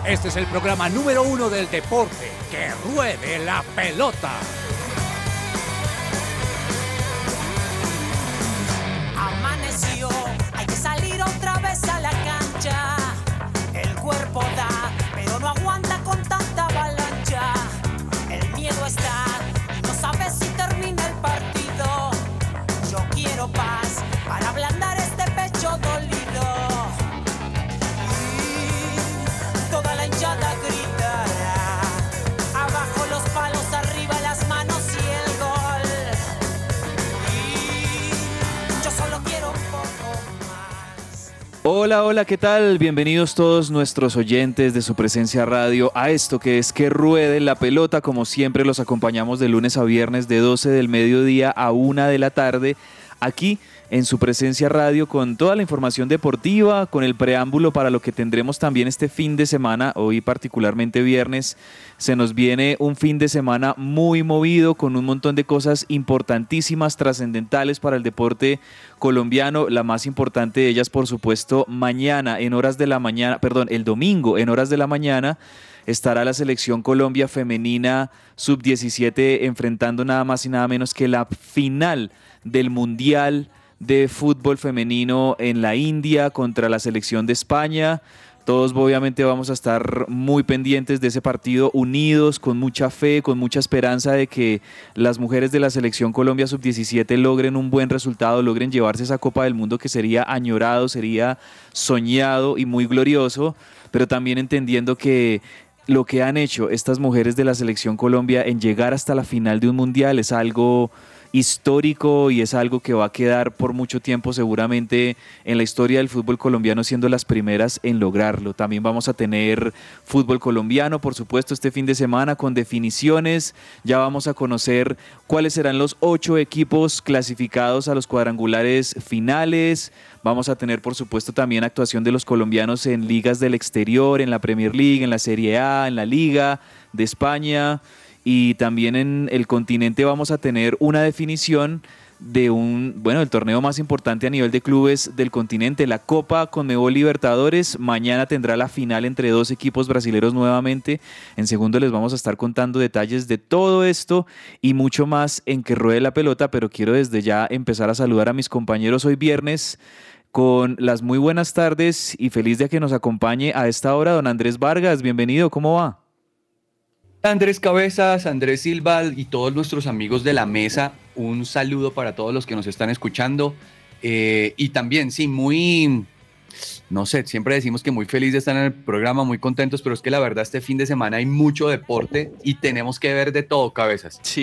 Este es el programa número 1 del deporte. ¡Que ruede la pelota! Amaneció, hay que salir otra vez a la cancha. El cuerpo da, pero no aguanta con tanta avalancha. El miedo está y no sabes si termina el partido. Yo quiero paz para ablandar este pecho dolido. Y toda la hinchada gritará. Abajo los palos, arriba las manos y el gol. Y yo solo quiero un poco más. Hola, hola, ¿qué tal? Bienvenidos todos nuestros oyentes de su presencia radio a esto que es Que Ruede la Pelota. Como siempre los acompañamos de lunes a viernes de 12 del mediodía a 1 de la tarde aquí en su presencia radio con toda la información deportiva, con el preámbulo para lo que tendremos también este fin de semana. Hoy particularmente viernes se nos viene un fin de semana muy movido con un montón de cosas importantísimas, trascendentales para el deporte colombiano. La más importante de ellas, por supuesto, el domingo en horas de la mañana estará la selección Colombia femenina sub-17 enfrentando nada más y nada menos que la final del Mundial de Fútbol Femenino en la India contra la selección de España. Todos obviamente vamos a estar muy pendientes de ese partido, unidos, con mucha fe, con mucha esperanza de que las mujeres de la selección Colombia sub-17 logren un buen resultado, logren llevarse esa Copa del Mundo que sería añorado, sería soñado y muy glorioso, pero también entendiendo que lo que han hecho estas mujeres de la selección Colombia en llegar hasta la final de un mundial es algo histórico y es algo que va a quedar por mucho tiempo seguramente en la historia del fútbol colombiano, siendo las primeras en lograrlo. También vamos a tener fútbol colombiano, por supuesto, este fin de semana con definiciones. Ya vamos a conocer cuáles serán los 8 equipos clasificados a los cuadrangulares finales. Vamos a tener, por supuesto, también actuación de los colombianos en ligas del exterior, en la Premier League, en la Serie A, en la Liga de España. Y también en el continente vamos a tener una definición de el torneo más importante a nivel de clubes del continente, la Copa Conmebol Libertadores. Mañana tendrá la final entre 2 equipos brasileños nuevamente. En segundo les vamos a estar contando detalles de todo esto y mucho más en Que Ruede la Pelota, pero quiero desde ya empezar a saludar a mis compañeros hoy viernes con las muy buenas tardes y feliz de que nos acompañe a esta hora don Andrés Vargas. Bienvenido, ¿cómo va? Andrés Cabezas, Andrés Silva y todos nuestros amigos de la mesa, un saludo para todos los que nos están escuchando y también, sí, siempre decimos que muy feliz de estar en el programa, muy contentos, pero es que la verdad este fin de semana hay mucho deporte y tenemos que ver de todo, Cabezas. Sí.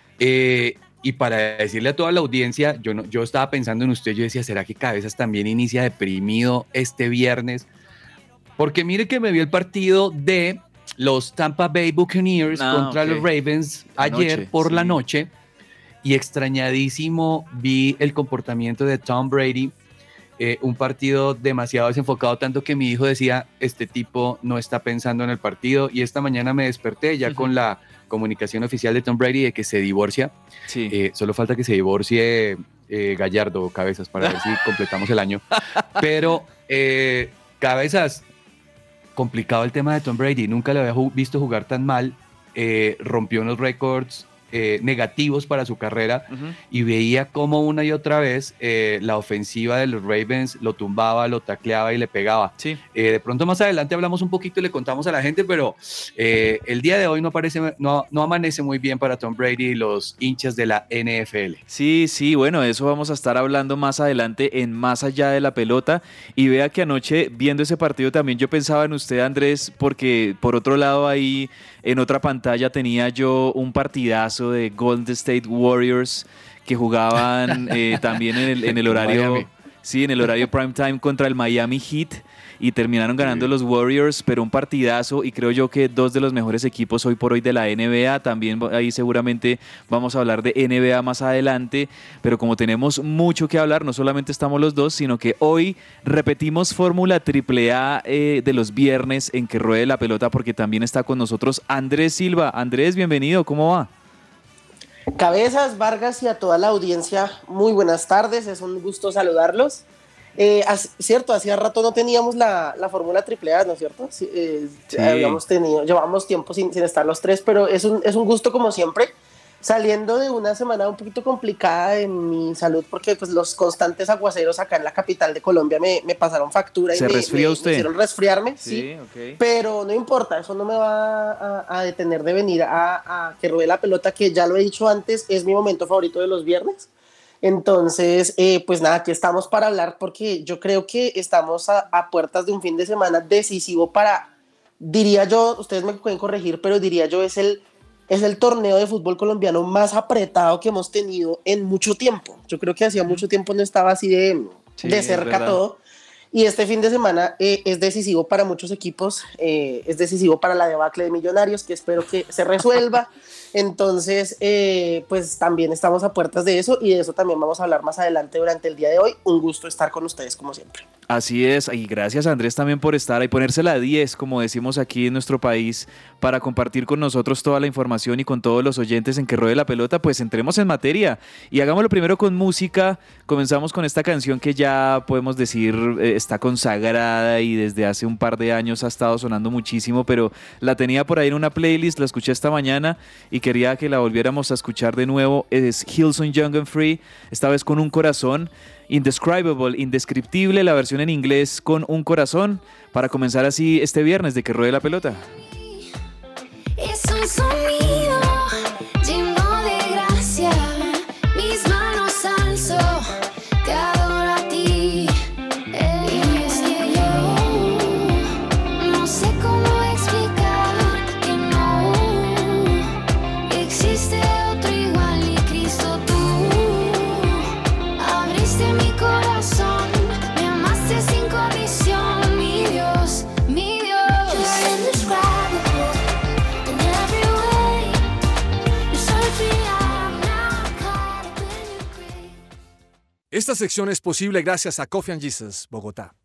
Y para decirle a toda la audiencia, yo estaba pensando en usted, yo decía, ¿será que Cabezas también inicia deprimido este viernes? Porque mire que me vi el partido de los Tampa Bay Buccaneers contra los Ravens ayer por la noche y extrañadísimo vi el comportamiento de Tom Brady, un partido demasiado desenfocado, tanto que mi hijo decía, este tipo no está pensando en el partido, y esta mañana me desperté ya con la comunicación oficial de Tom Brady de que se divorcia. Sí. Solo falta que se divorcie Gallardo, Cabezas, para ver si completamos el año, pero Cabezas, complicado el tema de Tom Brady, nunca le había visto jugar tan mal, rompió unos récords negativos para su carrera y veía cómo una y otra vez la ofensiva de los Ravens lo tumbaba, lo tacleaba y le pegaba. Sí. De pronto más adelante hablamos un poquito y le contamos a la gente, pero el día de hoy no amanece muy bien para Tom Brady y los hinchas de la NFL. Sí, bueno, de eso vamos a estar hablando más adelante en Más Allá de la Pelota. Y vea que anoche viendo ese partido también yo pensaba en usted, Andrés, porque por otro lado ahí en otra pantalla tenía yo un partidazo de Golden State Warriors que jugaban también en el horario, sí, en el horario prime time contra el Miami Heat y terminaron ganando los Warriors, pero un partidazo, y creo yo que 2 de los mejores equipos hoy por hoy de la NBA. También ahí seguramente vamos a hablar de NBA más adelante, pero como tenemos mucho que hablar, no solamente estamos los dos, sino que hoy repetimos fórmula AAA de los viernes en Que Ruede la Pelota, porque también está con nosotros Andrés Silva. Andrés, bienvenido, ¿cómo va? Cabezas, Vargas y a toda la audiencia, muy buenas tardes, es un gusto saludarlos. Cierto, hacía rato no teníamos la fórmula triple A, ¿no es cierto? Sí, Sí. llevamos tiempo sin estar los tres, pero es un gusto como siempre, saliendo de una semana un poquito complicada en mi salud, porque pues los constantes aguaceros acá en la capital de Colombia me pasaron factura y ¿Se resfrió me usted? hicieron resfriarme, sí, Sí, ok. pero no importa, eso no me va a detener de venir a que ruede la pelota, que ya lo he dicho antes, es mi momento favorito de los viernes. Entonces, pues nada, aquí estamos para hablar porque yo creo que estamos a puertas de un fin de semana decisivo diría yo, ustedes me pueden corregir, pero diría yo es el torneo de fútbol colombiano más apretado que hemos tenido en mucho tiempo. Yo creo que hacía mucho tiempo no estaba así Sí, de es cerca verdad. todo. Y este fin de semana es decisivo para muchos equipos, es decisivo para la debacle de Millonarios, que espero que se resuelva. Entonces, pues también estamos a puertas de eso y de eso también vamos a hablar más adelante durante el día de hoy. Un gusto estar con ustedes como siempre. Así es, y gracias Andrés también por estar ahí, ponérsela a 10, como decimos aquí en nuestro país, para compartir con nosotros toda la información y con todos los oyentes en Que Ruede la Pelota. Pues entremos en materia y hagámoslo primero con música. Comenzamos con esta canción que ya podemos decir está consagrada y desde hace un par de años ha estado sonando muchísimo, pero la tenía por ahí en una playlist, la escuché esta mañana y quería que la volviéramos a escuchar de nuevo. Es Hillsong Young and Free, esta vez con un corazón. Indescribable, indescriptible, la versión en inglés con un corazón, para comenzar así este viernes de Que Ruede la Pelota. Es un sonido lleno de gracia, mis manos alzo, te adoro a ti. Y es que yo no sé cómo explicar que no existe otro igual y Cristo tú. Abriste mi corazón, me amaste sin condición, mi Dios, mi Dios. You're indescribable in every way. You're so free, I'm not caught up in your grace. Esta sección es posible gracias a Coffee and Jesus, Bogotá.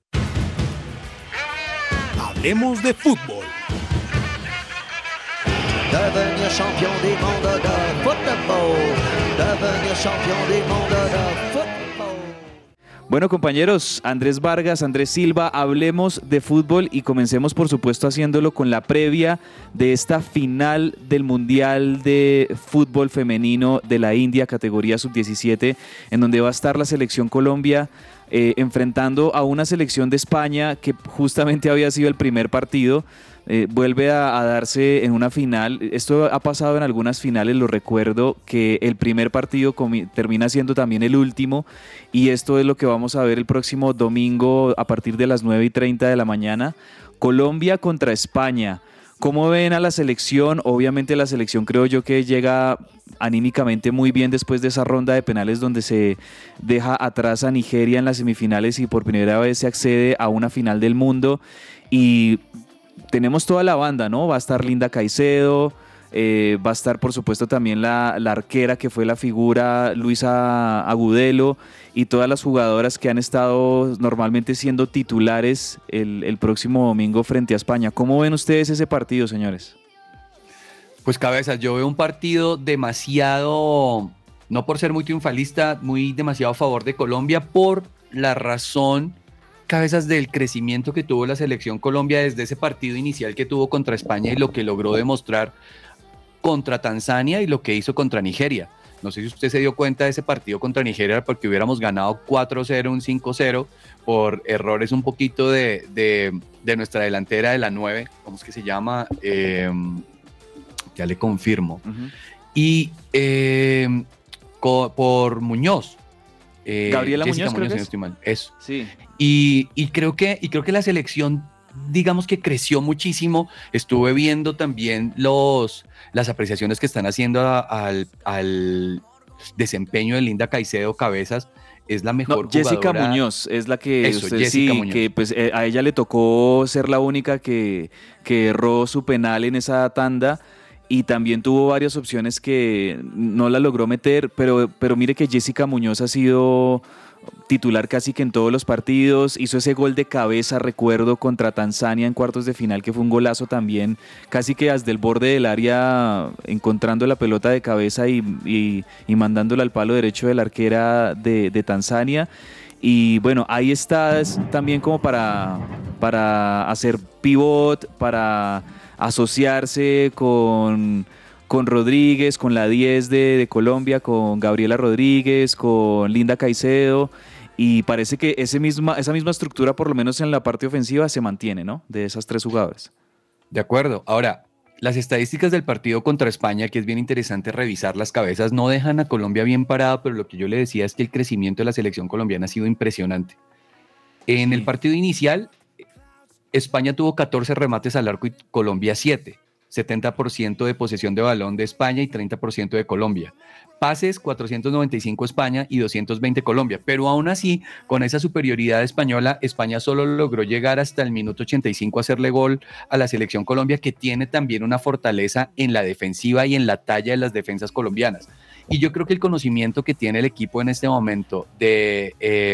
Hablemos de fútbol. Devenir champion du monde de football. Devenir champion du monde de football. Bueno, compañeros, Andrés Vargas, Andrés Silva, hablemos de fútbol y comencemos, por supuesto, haciéndolo con la previa de esta final del Mundial de Fútbol Femenino de la India, categoría sub-17, en donde va a estar la selección Colombia enfrentando a una selección de España que justamente había sido el primer partido. Vuelve a darse en una final. Esto ha pasado en algunas finales, lo recuerdo, que el primer partido termina siendo también el último, y esto es lo que vamos a ver el próximo domingo a partir de las 9:30 de la mañana. Colombia contra España. ¿Cómo ven a la selección? Obviamente la selección, creo yo, que llega anímicamente muy bien después de esa ronda de penales donde se deja atrás a Nigeria en las semifinales y por primera vez se accede a una final del mundo. Y tenemos toda la banda, ¿no? Va a estar Linda Caicedo, va a estar por supuesto también la arquera que fue la figura, Luisa Agudelo, y todas las jugadoras que han estado normalmente siendo titulares el próximo domingo frente a España. ¿Cómo ven ustedes ese partido, señores? Pues Cabezas, yo veo un partido demasiado, no por ser muy triunfalista, muy demasiado a favor de Colombia, por la razón, Cabezas, del crecimiento que tuvo la selección Colombia desde ese partido inicial que tuvo contra España y lo que logró demostrar contra Tanzania y lo que hizo contra Nigeria. No sé si usted se dio cuenta de ese partido contra Nigeria, porque hubiéramos ganado 4-0, un 5-0, por errores un poquito de nuestra delantera de la 9, ¿cómo es que se llama? Ya le confirmo. Uh-huh. Y por Muñoz. Gabriela Jessica Muñoz, creo que si no es. estoy mal. Eso. Sí. Y creo que la selección, digamos que creció muchísimo. Estuve viendo también las apreciaciones que están haciendo al desempeño de Linda Caicedo. Cabezas, es la mejor No, Jessica jugadora. Muñoz es la que Eso, usted Jessica sí, Muñoz. que pues a ella le tocó ser la única que erró su penal en esa tanda, y también tuvo varias opciones que no la logró meter, pero mire que Jessica Muñoz ha sido titular casi que en todos los partidos. Hizo ese gol de cabeza, recuerdo, contra Tanzania en cuartos de final, que fue un golazo también, casi que desde el borde del área, encontrando la pelota de cabeza y mandándola al palo derecho de la arquera de Tanzania. Y bueno, ahí estás también como para hacer pivot, para asociarse con Rodríguez, con la 10 de Colombia, con Gabriela Rodríguez, con Linda Caicedo, y parece que esa misma estructura, por lo menos en la parte ofensiva, se mantiene, ¿no? De esas tres jugadoras. De acuerdo. Ahora, las estadísticas del partido contra España, que es bien interesante revisar las cabezas, no dejan a Colombia bien parada, pero lo que yo le decía es que el crecimiento de la selección colombiana ha sido impresionante. En el partido inicial, España tuvo 14 remates al arco y Colombia 7. 70% de posesión de balón de España y 30% de Colombia. Pases, 495 España y 220 Colombia. Pero aún así, con esa superioridad española, España solo logró llegar hasta el minuto 85 a hacerle gol a la selección Colombia, que tiene también una fortaleza en la defensiva y en la talla de las defensas colombianas. Y yo creo que el conocimiento que tiene el equipo en este momento del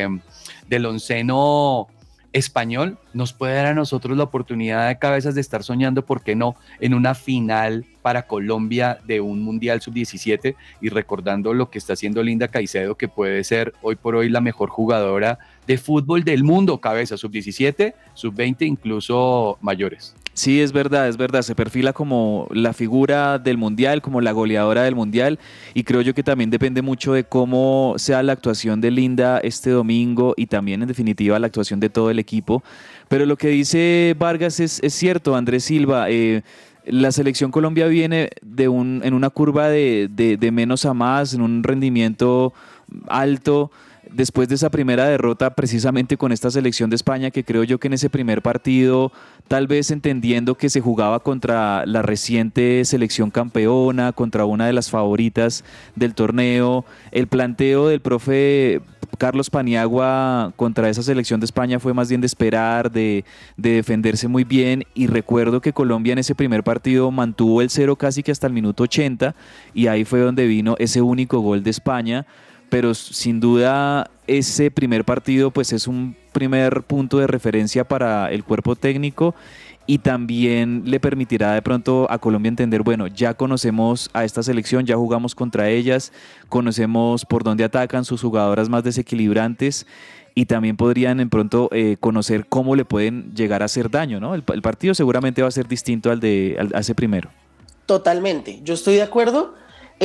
onceno español nos puede dar a nosotros la oportunidad de cabezas de estar soñando, ¿por qué no?, en una final para Colombia de un Mundial Sub-17, y recordando lo que está haciendo Linda Caicedo, que puede ser hoy por hoy la mejor jugadora de fútbol del mundo, cabeza Sub-17, Sub-20, incluso mayores. Sí, es verdad, se perfila como la figura del Mundial, como la goleadora del Mundial, y creo yo que también depende mucho de cómo sea la actuación de Linda este domingo y también en definitiva la actuación de todo el equipo. Pero lo que dice Vargas es cierto, Andrés Silva. La selección Colombia viene en una curva de menos a más, en un rendimiento alto, después de esa primera derrota precisamente con esta selección de España, que creo yo que en ese primer partido, tal vez entendiendo que se jugaba contra la reciente selección campeona, contra una de las favoritas del torneo, el planteo del profe Carlos Paniagua contra esa selección de España fue más bien de esperar, de defenderse muy bien, y recuerdo que Colombia en ese primer partido mantuvo el 0 casi que hasta el minuto 80, y ahí fue donde vino ese único gol de España. Pero sin duda ese primer partido pues es un primer punto de referencia para el cuerpo técnico, y también le permitirá de pronto a Colombia entender, bueno, ya conocemos a esta selección, ya jugamos contra ellas, conocemos por dónde atacan sus jugadoras más desequilibrantes, y también podrían de pronto conocer cómo le pueden llegar a hacer daño, ¿no? El partido seguramente va a ser distinto a ese primero. Totalmente, yo estoy de acuerdo.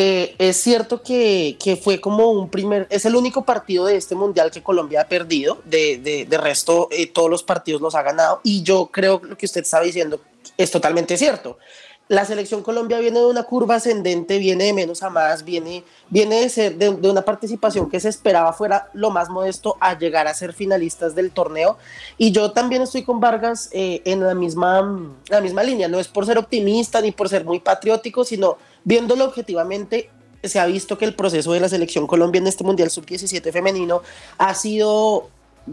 Es cierto que fue como es el único partido de este mundial que Colombia ha perdido, de resto todos los partidos los ha ganado, y yo creo que lo que usted está diciendo es totalmente cierto. La selección Colombia viene de una curva ascendente, viene de menos a más, viene de ser de una participación que se esperaba fuera lo más modesto a llegar a ser finalistas del torneo, y yo también estoy con Vargas en la misma línea. No es por ser optimista ni por ser muy patriótico, sino viéndolo objetivamente, se ha visto que el proceso de la selección Colombia en este Mundial Sub-17 femenino ha sido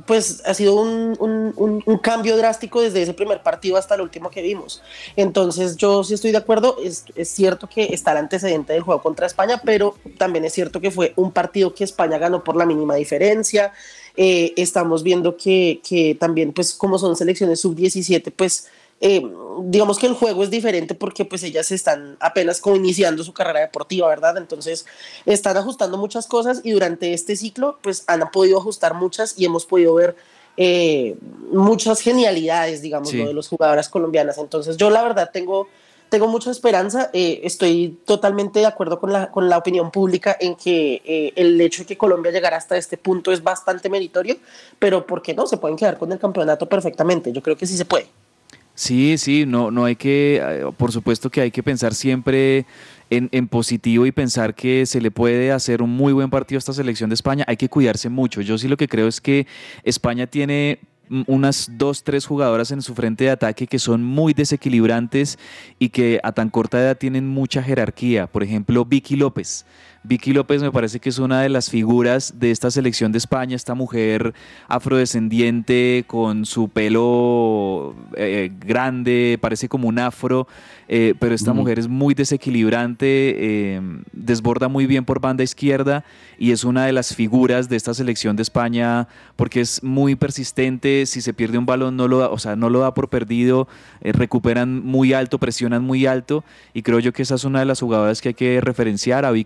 un cambio drástico desde ese primer partido hasta el último que vimos. Entonces yo sí estoy de acuerdo. Es cierto que está el antecedente del juego contra España, pero también es cierto que fue un partido que España ganó por la mínima diferencia. Estamos viendo que también, pues como son selecciones Sub-17, pues digamos que el juego es diferente porque pues ellas están apenas como iniciando su carrera deportiva, ¿verdad? Entonces están ajustando muchas cosas, y durante este ciclo pues han podido ajustar muchas, y hemos podido ver muchas genialidades, digamos, sí, de las jugadoras colombianas. Entonces yo la verdad tengo mucha esperanza. Estoy totalmente de acuerdo con la opinión pública en que el hecho de que Colombia llegara hasta este punto es bastante meritorio, pero ¿por qué no? Se pueden quedar con el campeonato perfectamente. Yo creo que sí se puede. Sí, no hay que, por supuesto que hay que pensar siempre en positivo y pensar que se le puede hacer un muy buen partido a esta selección de España. Hay que cuidarse mucho. Yo sí lo que creo es que España tiene unas 2-3 jugadoras en su frente de ataque que son muy desequilibrantes y que a tan corta edad tienen mucha jerarquía. Por ejemplo, Vicky López. Vicky López me parece que es una de las figuras de esta selección de España, esta mujer afrodescendiente con su pelo grande, parece como un afro, pero esta mujer es muy desequilibrante, desborda muy bien por banda izquierda, y es una de las figuras de esta selección de España porque es muy persistente. Si se pierde un balón no lo da por perdido, recuperan muy alto, presionan muy alto, y creo yo que esa es una de las jugadoras que hay que referenciar, a Vicky López,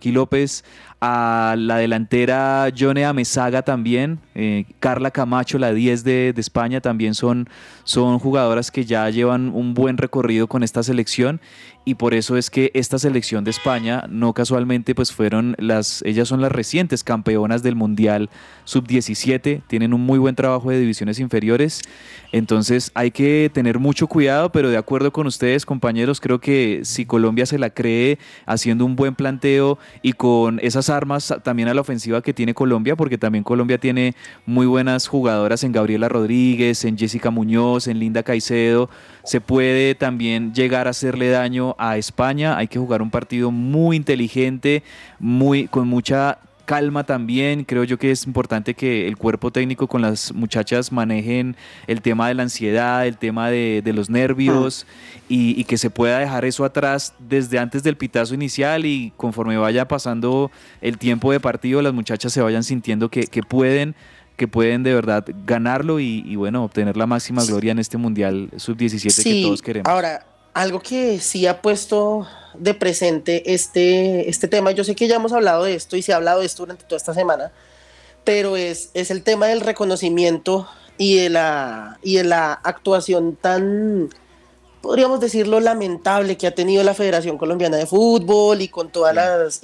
Flores, a la delantera Yone Amezaga también, Carla Camacho, la 10 de España, también son jugadoras que ya llevan un buen recorrido con esta selección, y por eso es que esta selección de España, no casualmente, pues ellas son las recientes campeonas del Mundial Sub-17, tienen un muy buen trabajo de divisiones inferiores, entonces hay que tener mucho cuidado, pero de acuerdo con ustedes, compañeros, creo que si Colombia se la cree haciendo un buen planteo y con esas armas también a la ofensiva que tiene Colombia, porque también Colombia tiene muy buenas jugadoras en Gabriela Rodríguez, en Jessica Muñoz, en Linda Caicedo, se puede también llegar a hacerle daño a España. Hay que jugar un partido muy inteligente, con mucha calma también. Creo yo que es importante que el cuerpo técnico con las muchachas manejen el tema de la ansiedad, el tema de los nervios, y que se pueda dejar eso atrás desde antes del pitazo inicial, y conforme vaya pasando el tiempo de partido, las muchachas se vayan sintiendo que pueden de verdad ganarlo y bueno, obtener la máxima gloria en este Mundial Sub-17 que todos queremos. Ahora, algo que sí ha puesto de presente este tema, yo sé que ya hemos hablado de esto y se ha hablado de esto durante toda esta semana, pero es el tema del reconocimiento y de la actuación tan, podríamos decirlo, lamentable que ha tenido la Federación Colombiana de Fútbol y con todas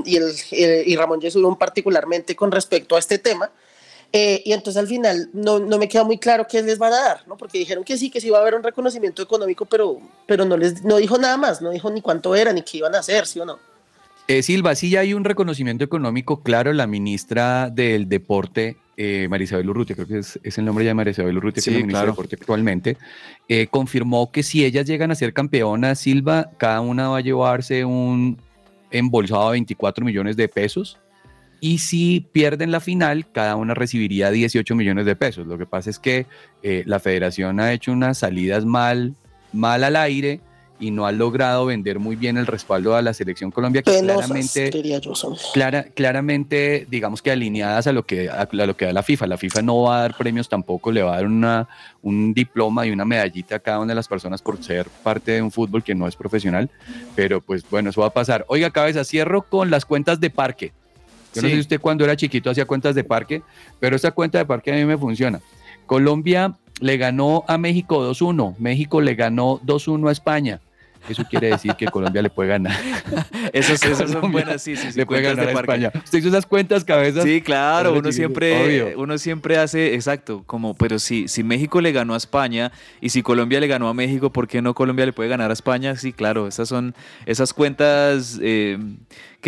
y Ramón Yesurún particularmente con respecto a este tema. Y entonces al final no me queda muy claro qué les van a dar, ¿no? Porque dijeron que sí iba a haber un reconocimiento económico, pero no dijo nada más, no dijo ni cuánto era, ni qué iban a hacer, ¿sí o no? Silva, sí ya hay un reconocimiento económico, claro. La ministra del Deporte, María Isabel Urrutia, creo que es el nombre ya de María Isabel Urrutia, que es la ministra del Deporte actualmente, confirmó que si ellas llegan a ser campeonas, Silva, cada una va a llevarse un embolsado de 24 millones de pesos. Y si pierden la final, cada una recibiría 18 millones de pesos. Lo que pasa es que la federación ha hecho unas salidas mal al aire y no ha logrado vender muy bien el respaldo a la selección Colombia, que claramente, digamos que alineadas a lo que da la FIFA. La FIFA no va a dar premios tampoco, le va a dar un diploma y una medallita a cada una de las personas por ser parte de un fútbol que no es profesional. Pero pues bueno, eso va a pasar. Oiga, Cabeza, cierro con las cuentas de parque. Yo no sé si usted cuando era chiquito hacía cuentas de parque, pero esta cuenta de parque a mí me funciona. Colombia le ganó a México 2-1, México le ganó 2-1 a España. Eso quiere decir que Colombia le puede ganar. Esas son buenas, sí. Le puede ganar a España. ¿Usted hizo esas cuentas, Cabeza? Sí, claro, uno siempre hace, exacto, pero si México le ganó a España y si Colombia le ganó a México, ¿por qué no Colombia le puede ganar a España? Sí, claro, esas son esas cuentas que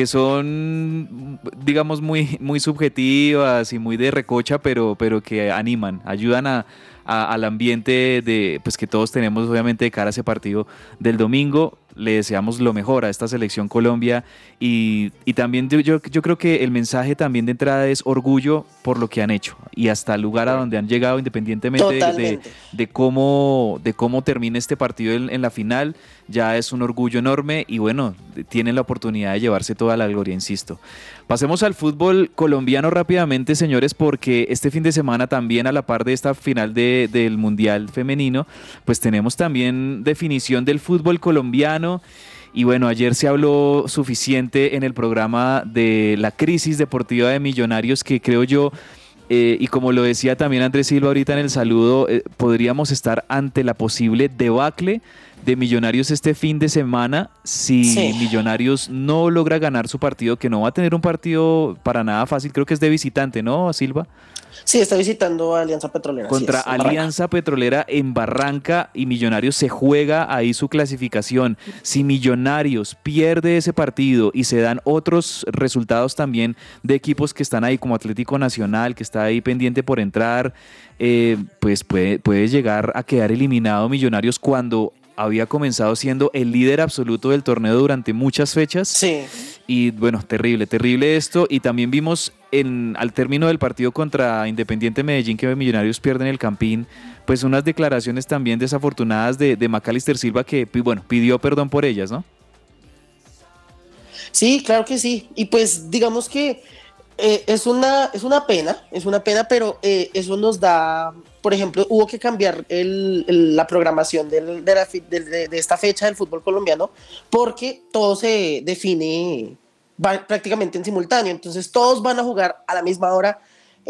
son, digamos, muy, muy subjetivas y muy de recocha, pero que animan, ayudan al ambiente pues que todos tenemos obviamente de cara a ese partido del domingo. Le deseamos lo mejor a esta selección Colombia y también yo creo que el mensaje también de entrada es orgullo por lo que han hecho y hasta el lugar a donde han llegado, independientemente de cómo termine este partido en la final. Ya es un orgullo enorme y bueno, tienen la oportunidad de llevarse toda la gloria, insisto. Pasemos al fútbol colombiano rápidamente, señores, porque este fin de semana también, a la par de esta final del Mundial Femenino, pues tenemos también definición del fútbol colombiano. Y bueno, ayer se habló suficiente en el programa de la crisis deportiva de Millonarios, que creo yo, y como lo decía también Andrés Silva ahorita en el saludo, podríamos estar ante la posible debacle de Millonarios este fin de semana si Millonarios no logra ganar su partido, que no va a tener un partido para nada fácil. Creo que es de visitante, ¿no, Silva? Sí, está visitando a Alianza Petrolera. Contra Alianza Petrolera en Barranca, y Millonarios se juega ahí su clasificación. Si Millonarios pierde ese partido y se dan otros resultados también de equipos que están ahí, como Atlético Nacional, que está ahí pendiente por entrar, pues puede llegar a quedar eliminado Millonarios cuando había comenzado siendo el líder absoluto del torneo durante muchas fechas. Sí. Y bueno, terrible esto. Y también vimos al término del partido contra Independiente Medellín, que Millonarios pierden el Campín, pues unas declaraciones también desafortunadas de Macalister Silva, que bueno, pidió perdón por ellas, ¿no? Sí, claro que sí. Y pues digamos que es una pena, pero eso nos da, por ejemplo, hubo que cambiar la programación de esta fecha del fútbol colombiano, porque todo se define va prácticamente en simultáneo, entonces todos van a jugar a la misma hora.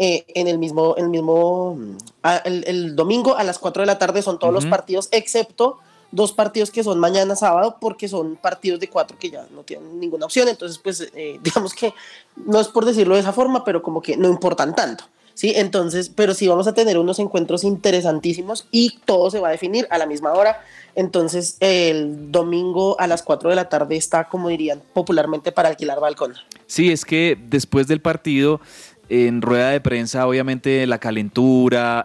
El domingo a las 4 de la tarde son todos los partidos, excepto 2 partidos que son mañana sábado, porque son partidos de 4 que ya no tienen ninguna opción. Entonces, pues, digamos que no es por decirlo de esa forma, pero como que no importan tanto, ¿sí? Entonces, pero sí vamos a tener unos encuentros interesantísimos y todo se va a definir a la misma hora. Entonces, el domingo a las 4 de la tarde está, como dirían popularmente, para alquilar balcón. Sí, es que después del partido, en rueda de prensa, obviamente la calentura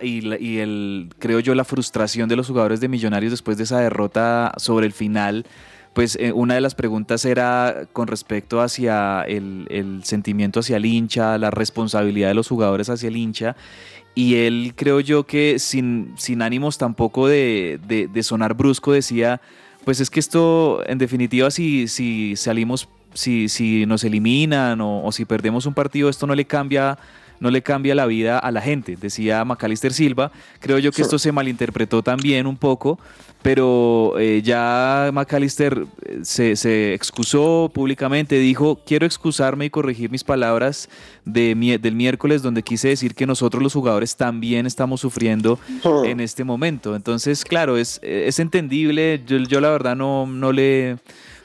y creo yo, la frustración de los jugadores de Millonarios después de esa derrota sobre el final, pues una de las preguntas era con respecto hacia el sentimiento hacia el hincha, la responsabilidad de los jugadores hacia el hincha. Y él, creo yo que sin ánimos tampoco de sonar brusco, decía, pues es que esto, en definitiva, si salimos, si nos eliminan o si perdemos un partido, esto no le cambia la vida a la gente, decía Macalister Silva. Creo yo que esto se malinterpretó también un poco, pero ya Macalister se excusó públicamente, dijo, quiero excusarme y corregir mis palabras del miércoles, donde quise decir que nosotros los jugadores también estamos sufriendo en este momento. Entonces, claro, es entendible. Yo la verdad no le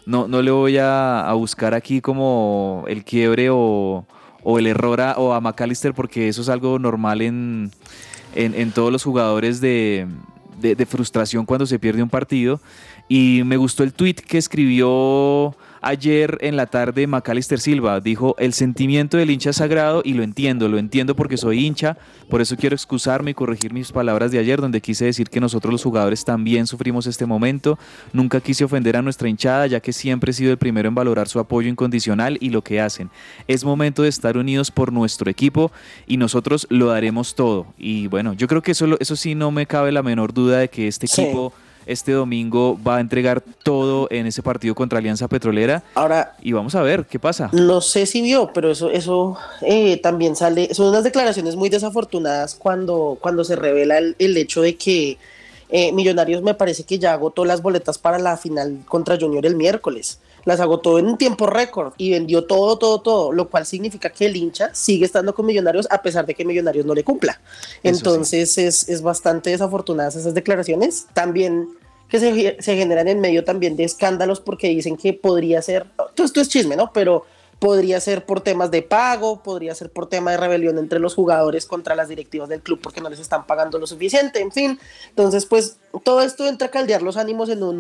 voy a buscar aquí como el quiebre o el error a Macalister, porque eso es algo normal en todos los jugadores de frustración cuando se pierde un partido. Y me gustó el tweet que escribió ayer en la tarde Macalister Silva. Dijo, el sentimiento del hincha es sagrado y lo entiendo porque soy hincha, por eso quiero excusarme y corregir mis palabras de ayer, donde quise decir que nosotros los jugadores también sufrimos este momento. Nunca quise ofender a nuestra hinchada, ya que siempre he sido el primero en valorar su apoyo incondicional y lo que hacen. Es momento de estar unidos por nuestro equipo y nosotros lo daremos todo. Y bueno, yo creo que eso sí, no me cabe la menor duda de que este equipo este domingo va a entregar todo en ese partido contra Alianza Petrolera. Ahora, y vamos a ver qué pasa. No sé si vio, pero eso también sale, son unas declaraciones muy desafortunadas cuando se revela el hecho de que Millonarios me parece que ya agotó las boletas para la final contra Junior el miércoles. Las agotó en un tiempo récord y vendió todo, lo cual significa que el hincha sigue estando con Millonarios a pesar de que Millonarios no le cumpla. Entonces sí, es bastante desafortunadas esas declaraciones. También que se generan en medio también de escándalos, porque dicen que podría ser, esto es chisme, ¿no? Pero podría ser por temas de pago, podría ser por tema de rebelión entre los jugadores contra las directivas del club porque no les están pagando lo suficiente, en fin. Entonces, pues, todo esto entra a caldear los ánimos en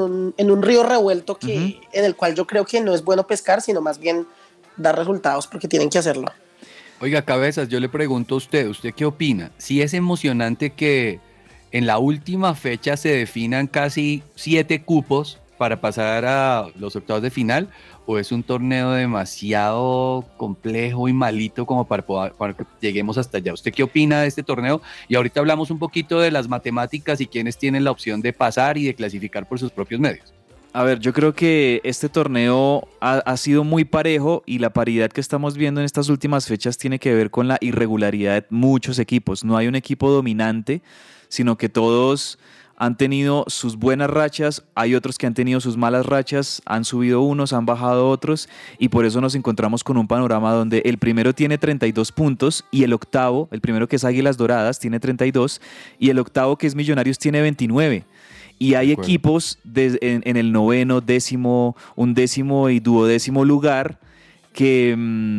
un río revuelto en el cual yo creo que no es bueno pescar, sino más bien dar resultados porque tienen que hacerlo. Oiga, Cabezas, yo le pregunto a ¿usted qué opina? Si es emocionante que en la última fecha se definan casi 7 cupos para pasar a los octavos de final, o es un torneo demasiado complejo y malito como para que lleguemos hasta allá. ¿Usted qué opina de este torneo? Y ahorita hablamos un poquito de las matemáticas y quiénes tienen la opción de pasar y de clasificar por sus propios medios. A ver, yo creo que este torneo ha sido muy parejo, y la paridad que estamos viendo en estas últimas fechas tiene que ver con la irregularidad de muchos equipos. No hay un equipo dominante, sino que todos han tenido sus buenas rachas, hay otros que han tenido sus malas rachas, han subido unos, han bajado otros, y por eso nos encontramos con un panorama donde el primero tiene 32 puntos y el octavo, el primero que es Águilas Doradas, tiene 32, y el octavo, que es Millonarios, tiene 29. Y hay equipos en el noveno, décimo, undécimo y duodécimo lugar que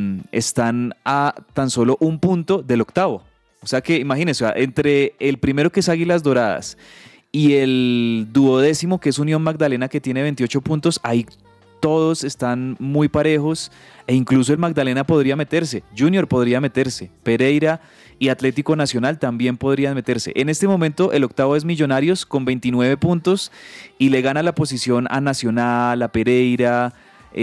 están a tan solo un punto del octavo. O sea que imagínense, entre el primero, que es Águilas Doradas, y el duodécimo, que es Unión Magdalena, que tiene 28 puntos, ahí todos están muy parejos, e incluso el Magdalena podría meterse, Junior podría meterse, Pereira y Atlético Nacional también podrían meterse. En este momento el octavo es Millonarios con 29 puntos y le gana la posición a Nacional, a Pereira,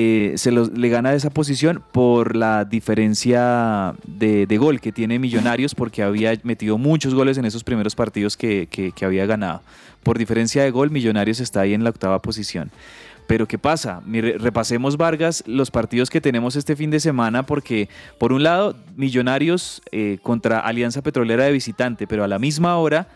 le gana esa posición por la diferencia de gol que tiene Millonarios, porque había metido muchos goles en esos primeros partidos que había ganado. Por diferencia de gol, Millonarios está ahí en la octava posición. Pero ¿qué pasa? Repasemos, Vargas, los partidos que tenemos este fin de semana, porque por un lado Millonarios contra Alianza Petrolera de visitante, pero a la misma hora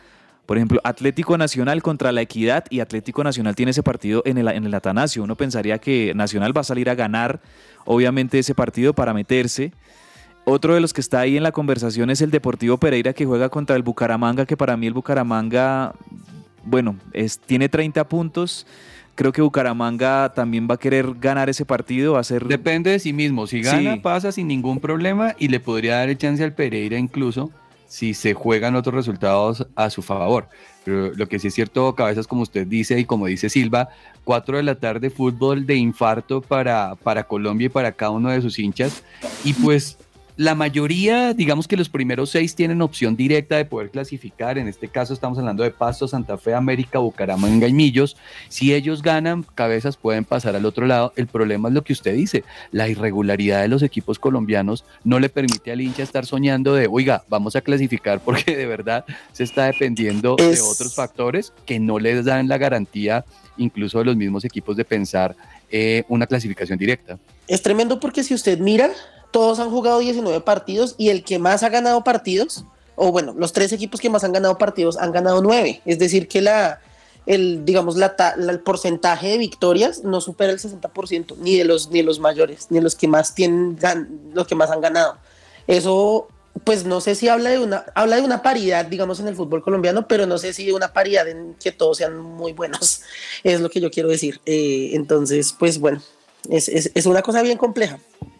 Por ejemplo, Atlético Nacional contra La Equidad, y Atlético Nacional tiene ese partido en el Atanasio. Uno pensaría que Nacional va a salir a ganar, obviamente, ese partido para meterse. Otro de los que está ahí en la conversación es el Deportivo Pereira, que juega contra el Bucaramanga, que para mí el Bucaramanga, bueno, tiene 30 puntos. Creo que Bucaramanga también va a querer ganar ese partido. Va a ser... Depende de sí mismo. Si gana, Sí. pasa sin ningún problema y le podría dar el chance al Pereira incluso si se juegan otros resultados a su favor. Pero lo que sí es cierto, Cabezas, como usted dice y como dice Silva, 4 de la tarde, fútbol de infarto para Colombia y para cada uno de sus hinchas. Y pues la mayoría, digamos que los primeros 6 tienen opción directa de poder clasificar. En este caso estamos hablando de Pasto, Santa Fe, América, Bucaramanga y Millos. Si ellos ganan, Cabezas, pueden pasar al otro lado. El problema es lo que usted dice, la irregularidad de los equipos colombianos no le permite al hincha estar soñando de, oiga, vamos a clasificar, porque de verdad se está dependiendo de otros factores que no les dan la garantía, incluso de los mismos equipos, de pensar una clasificación directa. Es tremendo porque si usted mira, todos han jugado 19 partidos y el que más ha ganado partidos, o bueno, los 3 equipos que más han ganado partidos han ganado 9. Es decir, que el porcentaje de victorias no supera el 60%, ni de los mayores, ni de los que más los que más han ganado. Eso, pues no sé si habla de una paridad, digamos, en el fútbol colombiano, pero no sé si de una paridad en que todos sean muy buenos. Es lo que yo quiero decir. Entonces, pues bueno, es una cosa bien compleja.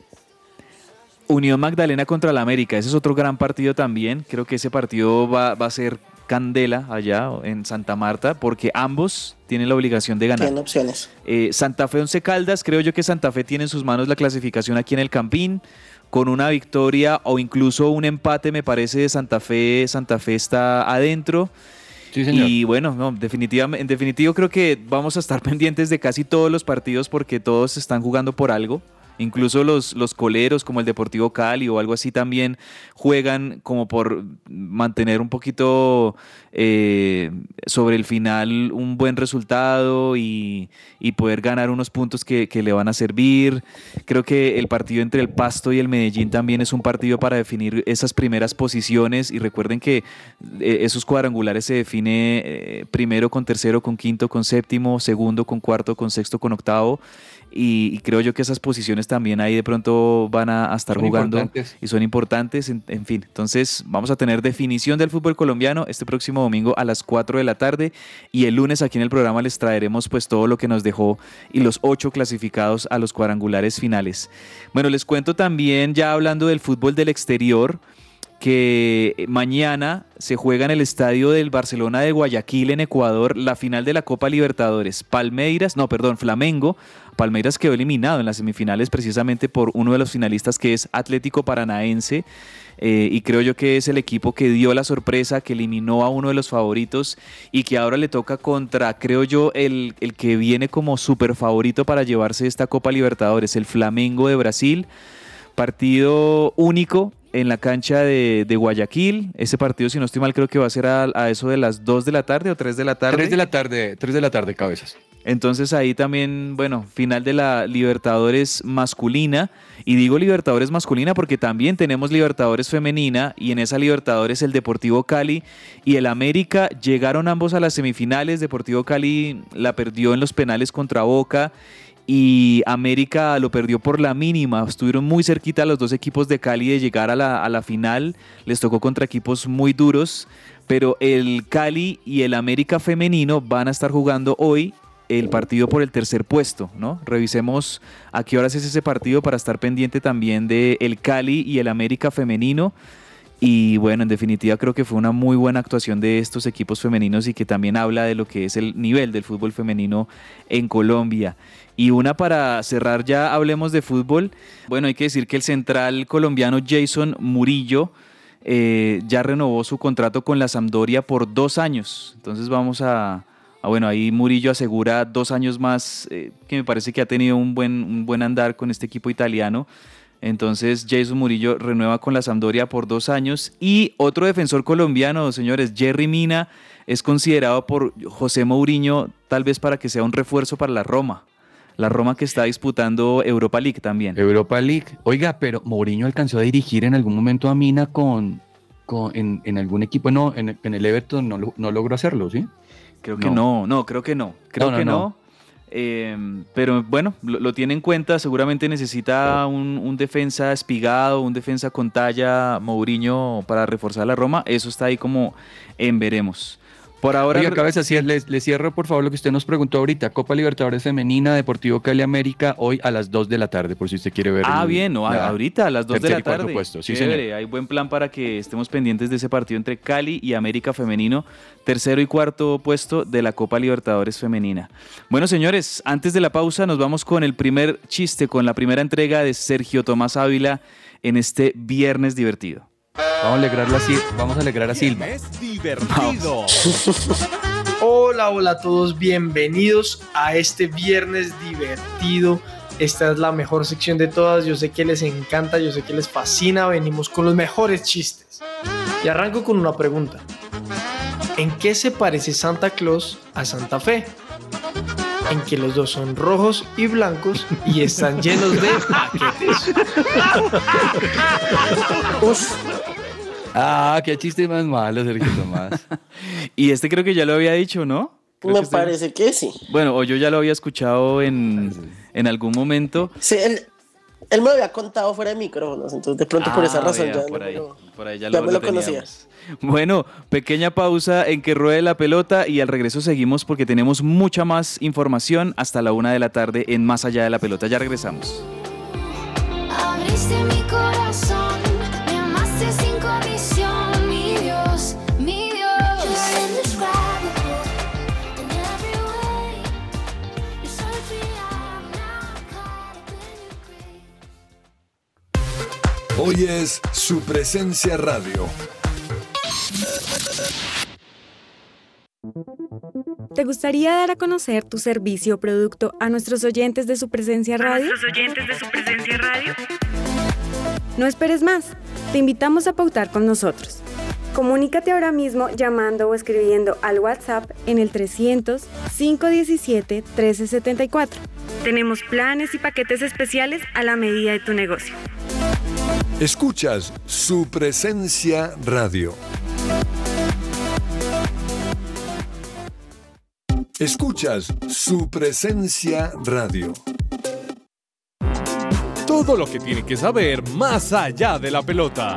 Unión Magdalena contra la América, ese es otro gran partido también. Creo que ese partido va a ser candela allá en Santa Marta, porque ambos tienen la obligación de ganar. Tienen opciones. Santa Fe Once Caldas, creo yo que Santa Fe tiene en sus manos la clasificación aquí en el Campín. Con una victoria o incluso un empate, me parece, de Santa Fe está adentro. Sí, señor. Y bueno, no, en definitivo creo que vamos a estar pendientes de casi todos los partidos, porque todos están jugando por algo. Incluso los coleros como el Deportivo Cali o algo así también juegan como por mantener un poquito sobre el final un buen resultado y poder ganar unos puntos que le van a servir. Creo que el partido entre el Pasto y el Medellín también es un partido para definir esas primeras posiciones, y recuerden que esos cuadrangulares se define primero con tercero, con quinto, con séptimo, segundo con cuarto, con sexto, con octavo. Y creo yo que esas posiciones también ahí de pronto van a estar jugando y son importantes, en fin. Entonces vamos a tener definición del fútbol colombiano este próximo domingo a las 4 de la tarde, y el lunes aquí en el programa les traeremos pues todo lo que nos dejó y los 8 clasificados a los cuadrangulares finales. Bueno, les cuento también, ya hablando del fútbol del exterior, que mañana se juega en el estadio del Barcelona de Guayaquil, en Ecuador, la final de la Copa Libertadores. Flamengo. Palmeiras quedó eliminado en las semifinales precisamente por uno de los finalistas, que es Atlético Paranaense, y creo yo que es el equipo que dio la sorpresa, que eliminó a uno de los favoritos y que ahora le toca contra, creo yo, el que viene como súper favorito para llevarse esta Copa Libertadores, el Flamengo de Brasil. Partido único en la cancha de Guayaquil. Ese partido, si no estoy mal, creo que va a ser a eso de las 2 de la tarde o 3 de la tarde. 3 de la tarde, Cabezas. Entonces ahí también, bueno, final de la Libertadores masculina. Y digo Libertadores masculina porque también tenemos Libertadores femenina, y en esa Libertadores el Deportivo Cali y el América llegaron ambos a las semifinales. Deportivo Cali la perdió en los penales contra Boca, y América lo perdió por la mínima. Estuvieron muy cerquita los dos equipos de Cali de llegar a la final. Les tocó contra equipos muy duros, pero el Cali y el América femenino van a estar jugando hoy el partido por el tercer puesto, ¿no? Revisemos a qué horas es ese partido para estar pendiente también de el Cali y el América femenino. Y bueno, en definitiva creo que fue una muy buena actuación de estos equipos femeninos, y que también habla de lo que es el nivel del fútbol femenino en Colombia. Y una para cerrar, ya hablemos de fútbol. Bueno, hay que decir que el central colombiano Jason Murillo ya renovó su contrato con la Sampdoria por 2 años. Entonces vamos bueno, ahí Murillo asegura 2 años más, que me parece que ha tenido un buen andar con este equipo italiano. Entonces Jason Murillo renueva con la Sampdoria por 2 años. Y otro defensor colombiano, señores, Jerry Mina, es considerado por José Mourinho tal vez para que sea un refuerzo para la Roma. La Roma, que está disputando Europa League también. Europa League. Oiga, pero Mourinho alcanzó a dirigir en algún momento a Mina con en algún equipo, no, en el Everton no logró hacerlo, ¿sí? Creo que no. Pero bueno, lo tiene en cuenta, seguramente necesita un defensa espigado, un defensa con talla Mourinho para reforzar la Roma, eso está ahí como en veremos. Por ahora... Oiga, Cabeza, le cierro por favor lo que usted nos preguntó ahorita, Copa Libertadores Femenina, Deportivo Cali América, hoy a las 2 de la tarde, por si usted quiere ver. Bien, ahorita a las 2 de la tarde. Puesto. Sí, chévere, señor. hay buen plan para que estemos pendientes de ese partido entre Cali y América Femenino, tercero y cuarto puesto de la Copa Libertadores Femenina. Bueno, señores, antes de la pausa nos vamos con el primer chiste, con la primera entrega de Sergio Tomás Ávila en este viernes divertido. Vamos a alegrar a Silva. Es divertido. Hola a todos, bienvenidos a este viernes divertido. Esta es la mejor sección de todas, yo sé que les encanta, yo sé que les fascina, venimos con los mejores chistes. Y arranco con una pregunta. ¿En qué se parece Santa Claus a Santa Fe? En que los dos son rojos y blancos y están llenos de paquetes. Qué chiste más malo, Sergio Tomás. Y este creo que ya lo había dicho, ¿no? Me parece que sí. Bueno, o yo ya lo había escuchado en algún momento. Sí, él me lo había contado fuera de micrófonos, entonces de pronto por esa razón vea, ya por ahí ya me lo teníamos. conocía. Bueno, pequeña pausa en que ruede la pelota y al regreso seguimos porque tenemos mucha más información hasta la 1 de la tarde en Más Allá de la Pelota. Ya regresamos. Abriste mi corazón, me amaste sin condición, mi Dios, mi Dios. You're indescribable in every way. You're so free, I'm not caught up in your grave. Hoy es su presencia radio. ¿Te gustaría dar a conocer tu servicio o producto a nuestros oyentes de su presencia radio? No esperes más. Te invitamos a pautar con nosotros. Comunícate ahora mismo llamando o escribiendo al WhatsApp en el 300-517-1374. Tenemos planes y paquetes especiales a la medida de tu negocio. Escuchas su presencia radio. Escuchas su presencia radio. Todo lo que tiene que saber más allá de la pelota.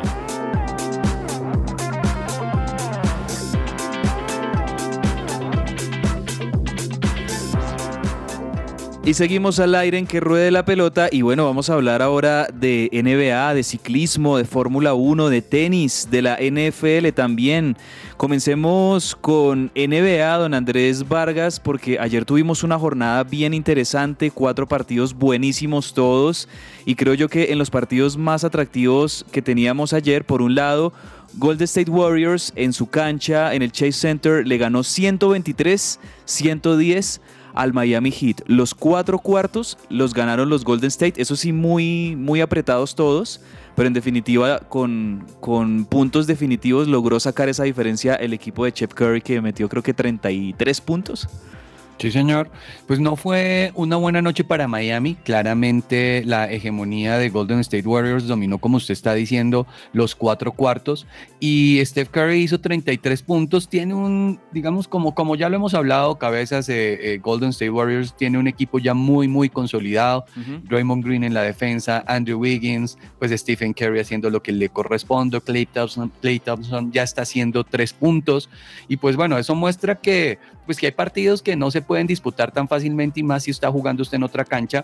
Y seguimos al aire en que ruede la pelota y bueno, vamos a hablar ahora de NBA, de ciclismo, de Fórmula 1, de tenis, de la NFL también. Comencemos con NBA, don Andrés Vargas, porque ayer tuvimos una jornada bien interesante, 4 partidos buenísimos todos y creo yo que en los partidos más atractivos que teníamos ayer, por un lado, Golden State Warriors en su cancha, en el Chase Center, le ganó 123-110 al Miami Heat. Los 4 cuartos los ganaron los Golden State, eso sí muy, muy apretados todos, pero en definitiva con puntos definitivos logró sacar esa diferencia el equipo de Steph Curry, que metió creo que 33 puntos. Sí, señor. Pues no fue una buena noche para Miami. Claramente la hegemonía de Golden State Warriors dominó, como usted está diciendo, los 4 cuartos. Y Steph Curry hizo 33 puntos. Tiene un, digamos, como ya lo hemos hablado, Cabezas, Golden State Warriors tiene un equipo ya muy, muy consolidado. Draymond Green en la defensa, Andrew Wiggins, pues Stephen Curry haciendo lo que le corresponde. Klay Thompson ya está haciendo 3 puntos. Y pues bueno, eso muestra que hay partidos que no se pueden disputar tan fácilmente y más si está jugando usted en otra cancha,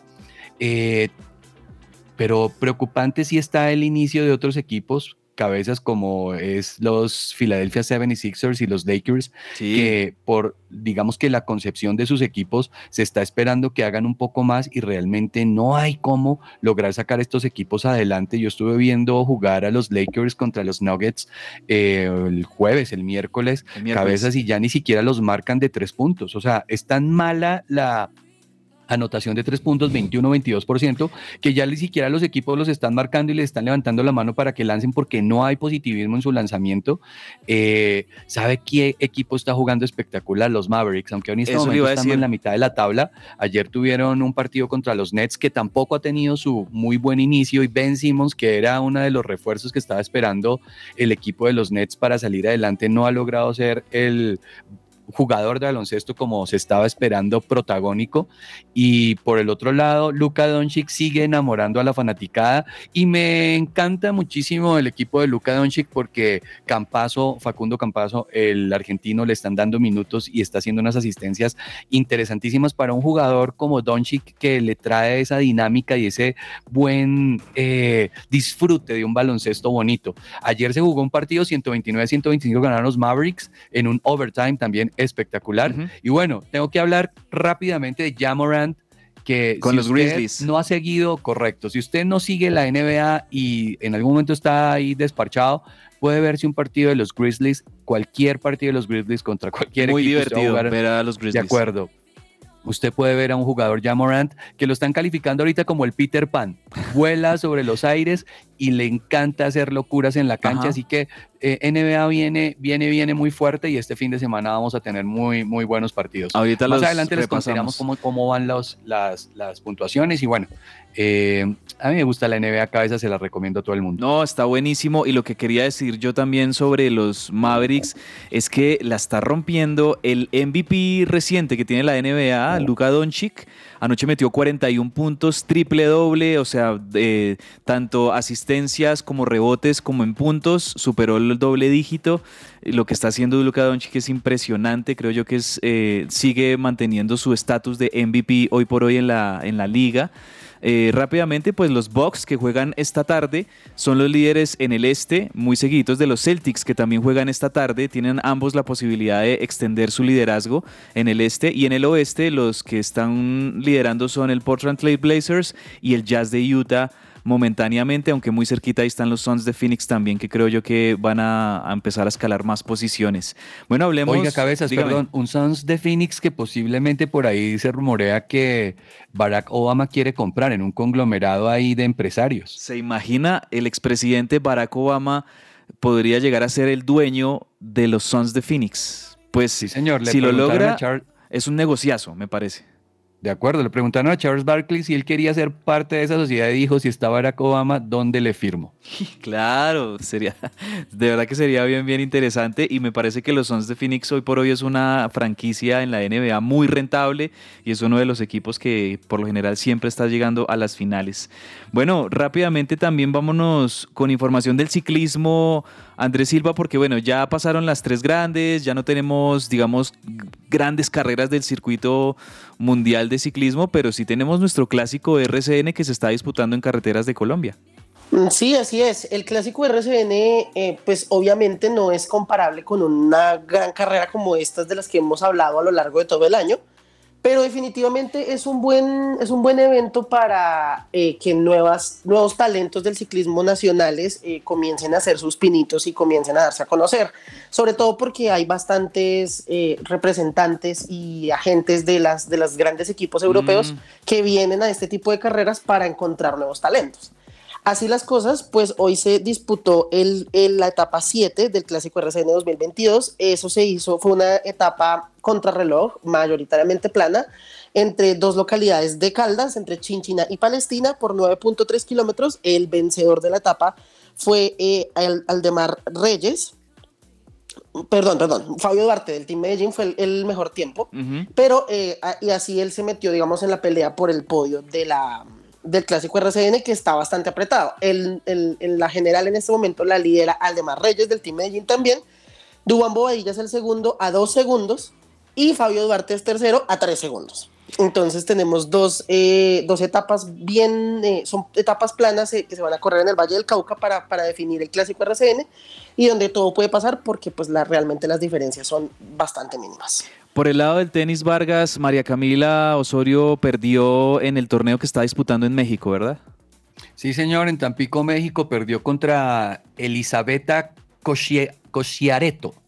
pero preocupante sí está el inicio de otros equipos, Cabezas, como es los Philadelphia 76ers y los Lakers, sí, que por, digamos que la concepción de sus equipos se está esperando que hagan un poco más y realmente no hay cómo lograr sacar estos equipos adelante. Yo estuve viendo jugar a los Lakers contra los Nuggets el miércoles, Cabezas, y ya ni siquiera los marcan de 3 puntos. O sea, es tan mala la anotación de 3 puntos, 21-22%, que ya ni siquiera los equipos los están marcando y le están levantando la mano para que lancen porque no hay positivismo en su lanzamiento. ¿Sabe qué equipo está jugando espectacular? Los Mavericks, aunque en este momento están en la mitad de la tabla. Ayer tuvieron un partido contra los Nets que tampoco ha tenido su muy buen inicio, y Ben Simmons, que era uno de los refuerzos que estaba esperando el equipo de los Nets para salir adelante, no ha logrado ser el jugador de baloncesto como se estaba esperando, protagónico. Y por el otro lado, Luka Doncic sigue enamorando a la fanaticada, y me encanta muchísimo el equipo de Luka Doncic porque Facundo Campazzo, el argentino, le están dando minutos y está haciendo unas asistencias interesantísimas para un jugador como Doncic, que le trae esa dinámica y ese buen disfrute de un baloncesto bonito. Ayer se jugó un partido 129-125, ganaron los Mavericks en un overtime también espectacular. Y bueno, tengo que hablar rápidamente de Ja Morant, que con si los usted Grizzlies no ha seguido, correcto, si usted no sigue la NBA y en algún momento está ahí desparchado, puede verse un partido de los Grizzlies, cualquier partido de los Grizzlies contra cualquier muy equipo. Muy divertido ver a los Grizzlies. De acuerdo. Usted puede ver a un jugador, Ja Morant, que lo están calificando ahorita como el Peter Pan. Vuela sobre los aires y le encanta hacer locuras en la cancha. Ajá. Así que NBA viene muy fuerte, y este fin de semana vamos a tener muy, muy buenos partidos. Ahorita más adelante les contaremos cómo van las puntuaciones. Y bueno, a mí me gusta la NBA, cada vez se la recomiendo a todo el mundo. No, está buenísimo. Y lo que quería decir yo también sobre los Mavericks es que la está rompiendo el MVP reciente que tiene la NBA, Luka Doncic. Anoche metió 41 puntos, triple doble, o sea, tanto asistencias como rebotes como en puntos, superó el doble dígito. Lo que está haciendo Luka Doncic es impresionante. Creo yo que sigue manteniendo su estatus de MVP hoy por hoy en la liga. Rápidamente, pues los Bucks, que juegan esta tarde, son los líderes en el este, muy seguiditos de los Celtics, que también juegan esta tarde. Tienen ambos la posibilidad de extender su liderazgo en el este, y en el oeste los que están liderando son el Portland Trail Blazers y el Jazz de Utah momentáneamente, aunque muy cerquita ahí están los Suns de Phoenix también, que creo yo que van a empezar a escalar más posiciones. Bueno, hablemos... Oiga, Cabezas, dígame. Perdón, un Suns de Phoenix que posiblemente por ahí se rumorea que Barack Obama quiere comprar en un conglomerado ahí de empresarios. ¿Se imagina? El expresidente Barack Obama podría llegar a ser el dueño de los Suns de Phoenix. Pues sí, señor. Si lo logra, es un negociazo, me parece. De acuerdo, le preguntaron a Charles Barkley si él quería ser parte de esa sociedad y dijo, si está Barack Obama, ¿dónde le firmo? Claro, de verdad que sería bien interesante, y me parece que los Suns de Phoenix hoy por hoy es una franquicia en la NBA muy rentable, y es uno de los equipos que por lo general siempre está llegando a las finales. Bueno, rápidamente también vámonos con información del ciclismo, Andrés Silva, porque bueno, ya pasaron las 3 grandes, ya no tenemos, digamos, grandes carreras del circuito mundial de ciclismo, pero sí tenemos nuestro clásico RCN que se está disputando en carreteras de Colombia. Sí, así es. El clásico RCN, pues obviamente no es comparable con una gran carrera como estas de las que hemos hablado a lo largo de todo el año, pero definitivamente es un buen evento para que nuevos talentos del ciclismo nacionales comiencen a hacer sus pinitos y comiencen a darse a conocer, sobre todo porque hay bastantes representantes y agentes de los grandes equipos europeos que vienen a este tipo de carreras para encontrar nuevos talentos. Así las cosas, pues hoy se disputó la etapa 7 del Clásico RCN 2022. Eso fue una etapa contrarreloj, mayoritariamente plana, entre 2 localidades de Caldas, entre Chinchina y Palestina, por 9.3 kilómetros. El vencedor de la etapa fue Aldemar Reyes. Perdón, Fabio Duarte del Team Medellín fue el mejor tiempo, pero y así él se metió, digamos, en la pelea por el podio del Clásico RCN, que está bastante apretado. En la general en este momento la lidera Aldemar Reyes del Team Medellín también. Duván Bobadilla es el segundo a 2 segundos y Fabio Duarte es tercero a 3 segundos. Entonces tenemos dos etapas son etapas planas que se van a correr en el Valle del Cauca para definir el Clásico RCN, y donde todo puede pasar porque pues realmente las diferencias son bastante mínimas. Por el lado del tenis, Vargas, María Camila Osorio perdió en el torneo que está disputando en México, ¿verdad? Sí, señor, en Tampico, México, perdió contra Elisabetta Cosciaretto.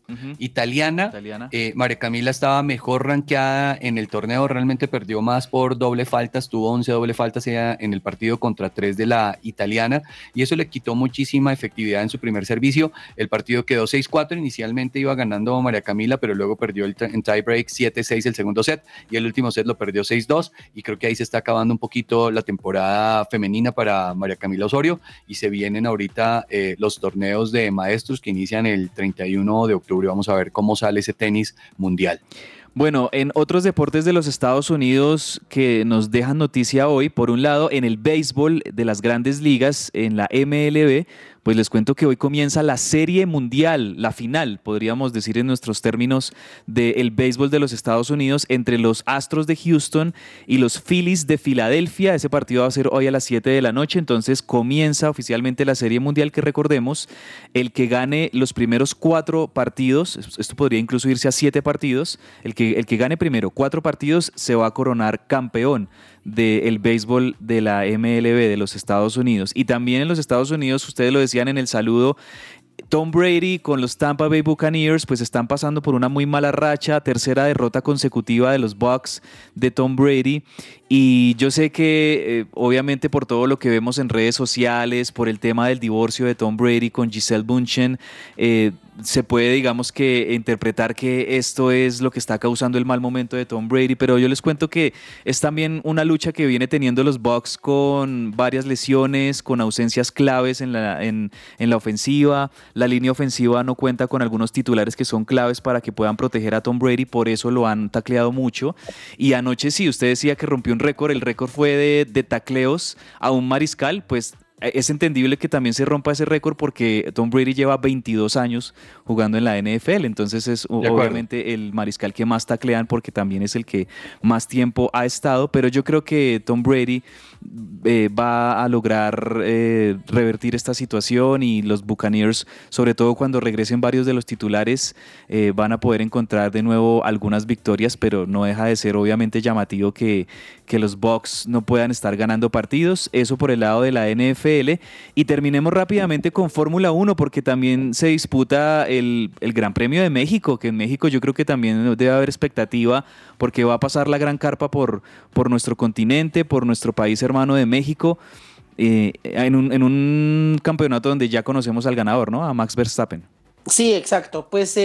italiana. María Camila estaba mejor rankeada en el torneo, realmente perdió más por doble faltas, tuvo 11 doble faltas en el partido contra 3 de la italiana, y eso le quitó muchísima efectividad en su primer servicio. El partido quedó 6-4, inicialmente iba ganando María Camila, pero luego perdió en tiebreak 7-6 el segundo set, y el último set lo perdió 6-2, y creo que ahí se está acabando un poquito la temporada femenina para María Camila Osorio, y se vienen ahorita los torneos de maestros que inician el 31 de octubre. Vamos a ver cómo sale ese tenis mundial. Bueno, en otros deportes de los Estados Unidos que nos dejan noticia hoy, por un lado, en el béisbol de las grandes ligas, en la MLB, pues les cuento que hoy comienza la Serie Mundial, la final, podríamos decir en nuestros términos, del béisbol de los Estados Unidos entre los Astros de Houston y los Phillies de Filadelfia. Ese partido va a ser hoy a las 7 de la noche, entonces comienza oficialmente la Serie Mundial, que recordemos, el que gane los primeros 4 partidos, esto podría incluso irse a 7 partidos, el que gane primero 4 partidos se va a coronar campeón del béisbol de la MLB de los Estados Unidos. Y también en los Estados Unidos, ustedes lo decían en el saludo, Tom Brady con los Tampa Bay Buccaneers pues están pasando por una muy mala racha, tercera derrota consecutiva de los Bucs de Tom Brady, y yo sé que obviamente por todo lo que vemos en redes sociales, por el tema del divorcio de Tom Brady con Gisele Bündchen, se puede, digamos, que interpretar que esto es lo que está causando el mal momento de Tom Brady, pero yo les cuento que es también una lucha que viene teniendo los Bucs con varias lesiones, con ausencias claves en la ofensiva. La línea ofensiva no cuenta con algunos titulares que son claves para que puedan proteger a Tom Brady, por eso lo han tacleado mucho. Y anoche sí, usted decía que rompió un récord, el récord fue de tacleos a un mariscal, pues es entendible que también se rompa ese récord porque Tom Brady lleva 22 años jugando en la NFL, entonces es obviamente el mariscal que más taclean porque también es el que más tiempo ha estado, pero yo creo que Tom Brady va a lograr revertir esta situación, y los Buccaneers, sobre todo cuando regresen varios de los titulares, van a poder encontrar de nuevo algunas victorias, pero no deja de ser obviamente llamativo que los Bucs no puedan estar ganando partidos. Eso por el lado de la NFL. Y terminemos rápidamente con Fórmula 1, porque también se disputa el Gran Premio de México, que en México yo creo que también debe haber expectativa, porque va a pasar la gran carpa por nuestro continente, por nuestro país hermano de México, en un campeonato donde ya conocemos al ganador, ¿no? A Max Verstappen. Sí, exacto. Pues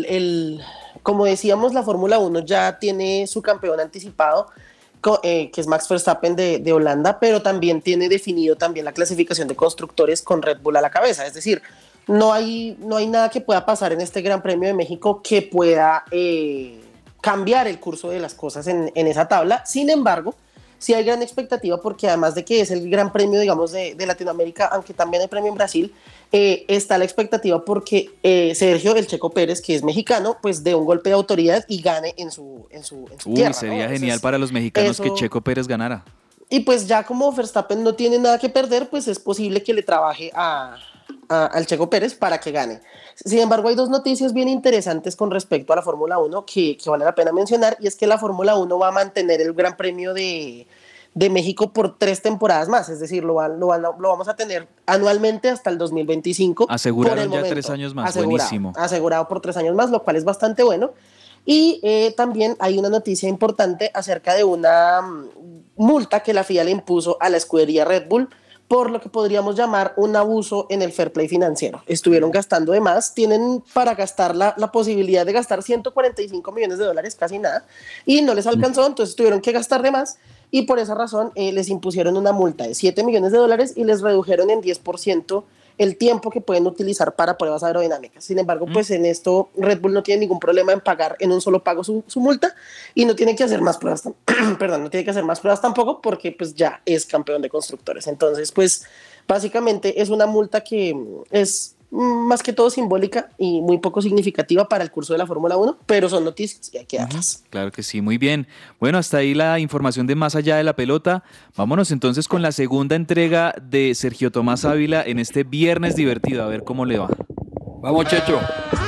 como decíamos, la Fórmula 1 ya tiene su campeón anticipado, que es Max Verstappen de Holanda, pero también tiene definido también la clasificación de constructores con Red Bull a la cabeza. Es decir, no hay nada que pueda pasar en este Gran Premio de México que pueda cambiar el curso de las cosas en esa tabla. Sin embargo, sí hay gran expectativa, porque además de que es el Gran Premio, digamos, de Latinoamérica, aunque también hay premio en Brasil, está la expectativa porque Sergio El Checo Pérez, que es mexicano, pues dé un golpe de autoridad y gane en su tierra. Sería genial para los mexicanos que Checo Pérez ganara. Y pues ya como Verstappen no tiene nada que perder, pues es posible que le trabaje al Checo Pérez para que gane. Sin embargo, hay 2 noticias bien interesantes con respecto a la Fórmula 1 que vale la pena mencionar, y es que la Fórmula 1 va a mantener el Gran Premio de México por 3 temporadas más, es decir, lo vamos a tener anualmente hasta el 2025. Aseguraron ya 3 años más, buenísimo. Asegurado por 3 años más, lo cual es bastante bueno. Y también hay una noticia importante acerca de una multa que la FIA le impuso a la escudería Red Bull por lo que podríamos llamar un abuso en el fair play financiero. Estuvieron gastando de más, tienen para gastar la posibilidad de gastar $145 millones, casi nada, y no les alcanzó, entonces tuvieron que gastar de más, y por esa razón les impusieron una multa de $7 millones y les redujeron en 10% el tiempo que pueden utilizar para pruebas aerodinámicas. Sin embargo, pues en esto Red Bull no tiene ningún problema en pagar en un solo pago su multa, y no tiene que hacer más pruebas, no tiene que hacer más pruebas tampoco, porque pues ya es campeón de constructores. Entonces, pues básicamente es una multa que es más que todo simbólica y muy poco significativa para el curso de la Fórmula 1, pero son noticias y hay que darlas. Claro que sí, muy bien. Bueno, hasta ahí la información de Más Allá de la Pelota. Vámonos entonces con la segunda entrega de Sergio Tomás Ávila en este Viernes Divertido, a ver cómo le va. Vamos, Checho.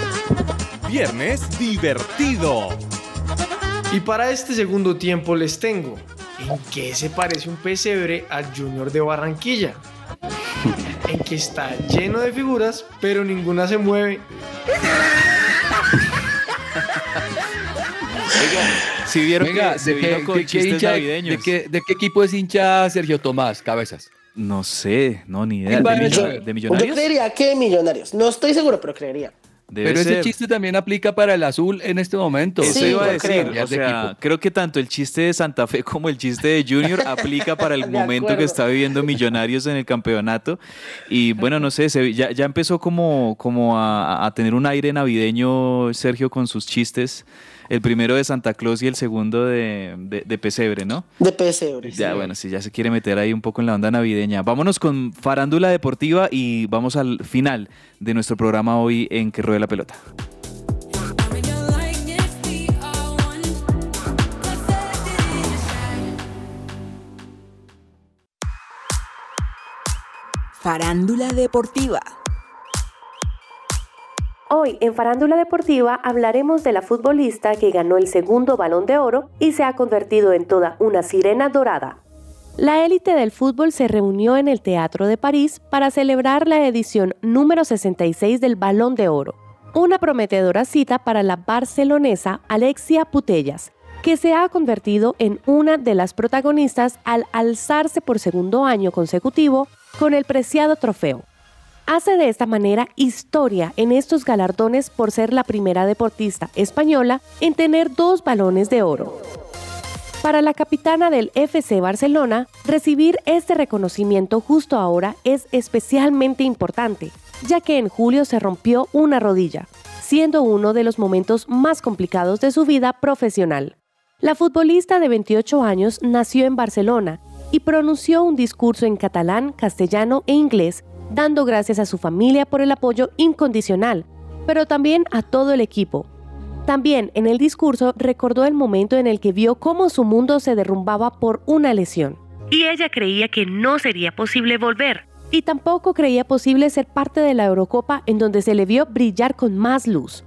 Viernes Divertido. Y para este segundo tiempo les tengo: ¿en qué se parece un pesebre al Junior de Barranquilla? En que está lleno de figuras, pero ninguna se mueve. Si vieron Venga, que se vino con chistes navideños. ¿De qué equipo es hincha Sergio Tomás Cabezas? No sé, no, ni idea. ¿De ¿De Yo Millonarios? creería que Millonarios. No estoy seguro, pero creería. Debe Pero ese ser. chiste también aplica para el azul en este momento. Eso Sí, iba a yo decir. creo. Ya O es de sea, equipo. creo que tanto el chiste de Santa Fe como el chiste de Junior aplica para el De momento que acuerdo. está viviendo Millonarios en el campeonato. Y bueno, no sé, ya empezó como a tener un aire navideño Sergio con sus chistes. El primero de Santa Claus y el segundo de Pesebre, ¿no? De pesebre. Ya, sí. bueno, sí, ya se quiere meter ahí un poco en la onda navideña. Vámonos con Farándula Deportiva y vamos al final de nuestro programa hoy en Que Ruede la Pelota. Farándula Deportiva. Hoy en Farándula Deportiva hablaremos de la futbolista que ganó el segundo Balón de Oro y se ha convertido en toda una sirena dorada. La élite del fútbol se reunió en el Teatro de París para celebrar la edición número 66 del Balón de Oro, una prometedora cita para la barcelonesa Alexia Putellas, que se ha convertido en una de las protagonistas al alzarse por segundo año consecutivo con el preciado trofeo. Hace de esta manera historia en estos galardones por ser la primera deportista española en tener 2 balones de oro. Para la capitana del FC Barcelona, recibir este reconocimiento justo ahora es especialmente importante, ya que en julio se rompió una rodilla, siendo uno de los momentos más complicados de su vida profesional. La futbolista de 28 años nació en Barcelona y pronunció un discurso en catalán, castellano e inglés, dando gracias a su familia por el apoyo incondicional, pero también a todo el equipo. También en el discurso recordó el momento en el que vio cómo su mundo se derrumbaba por una lesión. Y ella creía que no sería posible volver. Y tampoco creía posible ser parte de la Eurocopa en donde se le vio brillar con más luz.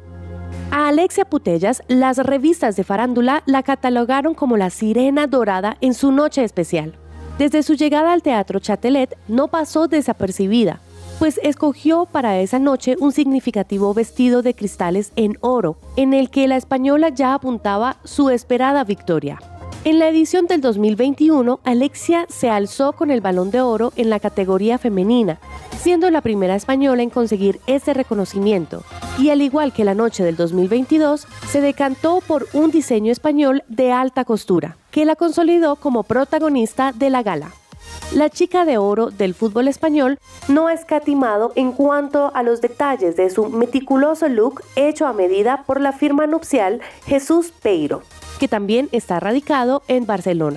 A Alexia Putellas, las revistas de farándula la catalogaron como la sirena dorada en su noche especial. Desde su llegada al Teatro Châtelet no pasó desapercibida, pues escogió para esa noche un significativo vestido de cristales en oro, en el que la española ya apuntaba su esperada victoria. En la edición del 2021, Alexia se alzó con el Balón de Oro en la categoría femenina, siendo la primera española en conseguir ese reconocimiento, y al igual que la noche del 2022, se decantó por un diseño español de alta costura, que la consolidó como protagonista de la gala. La chica de oro del fútbol español no ha escatimado en cuanto a los detalles de su meticuloso look hecho a medida por la firma nupcial Jesús Peiro, que también está radicado en Barcelona.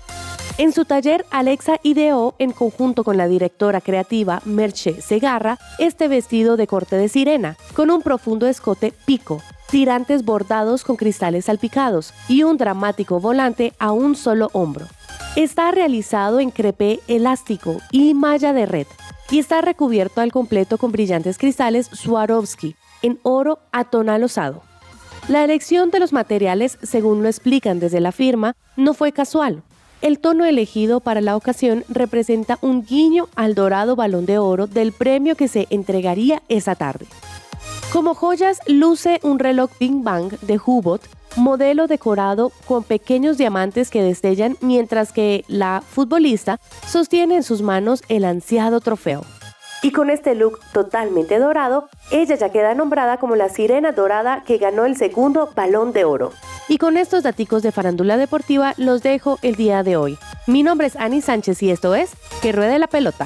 En su taller, Alexa ideó, en conjunto con la directora creativa Merche Segarra, este vestido de corte de sirena, con un profundo escote pico, tirantes bordados con cristales salpicados y un dramático volante a un solo hombro. Está realizado en crepé elástico y malla de red, y está recubierto al completo con brillantes cristales Swarovski, en oro atonalosado. La elección de los materiales, según lo explican desde la firma, no fue casual. El tono elegido para la ocasión representa un guiño al dorado Balón de Oro del premio que se entregaría esa tarde. Como joyas luce un reloj Big Bang de Hublot, modelo decorado con pequeños diamantes que destellan, mientras que la futbolista sostiene en sus manos el ansiado trofeo. Y con este look totalmente dorado, ella ya queda nombrada como la sirena dorada que ganó el segundo Balón de Oro. Y con estos daticos de farándula deportiva los dejo el día de hoy. Mi nombre es Ani Sánchez y esto es Que Ruede la Pelota.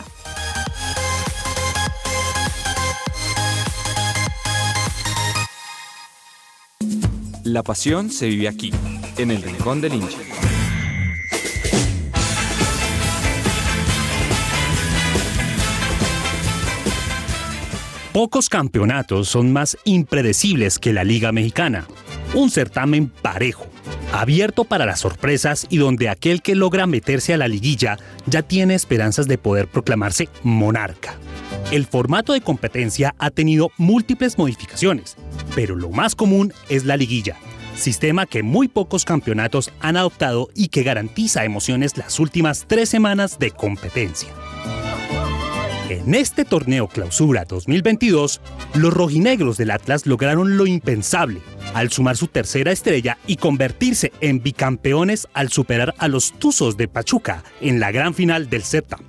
La pasión se vive aquí, en el Rincón del Hincha. Pocos campeonatos son más impredecibles que la Liga Mexicana. Un certamen parejo, abierto para las sorpresas y donde aquel que logra meterse a la liguilla ya tiene esperanzas de poder proclamarse monarca. El formato de competencia ha tenido múltiples modificaciones, pero lo más común es la liguilla, sistema que muy pocos campeonatos han adoptado y que garantiza emociones las últimas 3 semanas de competencia. En este torneo Clausura 2022, los rojinegros del Atlas lograron lo impensable al sumar su tercera estrella y convertirse en bicampeones al superar a los Tuzos de Pachuca en la gran final del certamen.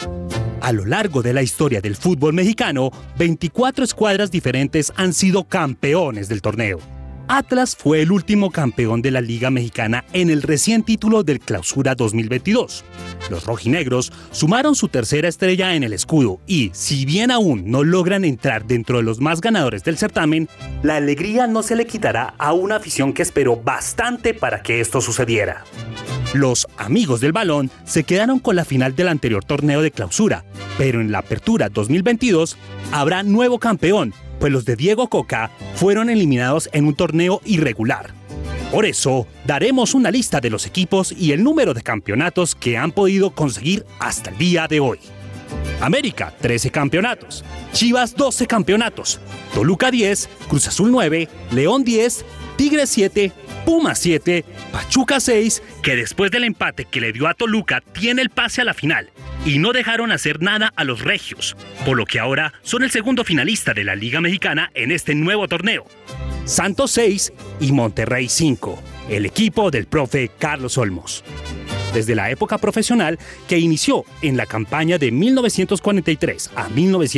A lo largo de la historia del fútbol mexicano, 24 escuadras diferentes han sido campeones del torneo. Atlas fue el último campeón de la Liga Mexicana en el recién título del Clausura 2022. Los rojinegros sumaron su tercera estrella en el escudo y, si bien aún no logran entrar dentro de los más ganadores del certamen, la alegría no se le quitará a una afición que esperó bastante para que esto sucediera. Los amigos del balón se quedaron con la final del anterior torneo de Clausura, pero en la Apertura 2022 habrá nuevo campeón, pues los de Diego Coca fueron eliminados en un torneo irregular. Por eso, daremos una lista de los equipos y el número de campeonatos que han podido conseguir hasta el día de hoy. América, 13 campeonatos. Chivas, 12 campeonatos. Toluca, 10. Cruz Azul, 9. León, 10. Tigres, 7. Pumas, 7. Pachuca, 6, que después del empate que le dio a Toluca tiene el pase a la final. Y no dejaron hacer nada a los regios, por lo que ahora son el segundo finalista de la Liga Mexicana en este nuevo torneo. Santos 6 y Monterrey 5, el equipo del profe Carlos Olmos. Desde la época profesional que inició en la campaña de 1943 a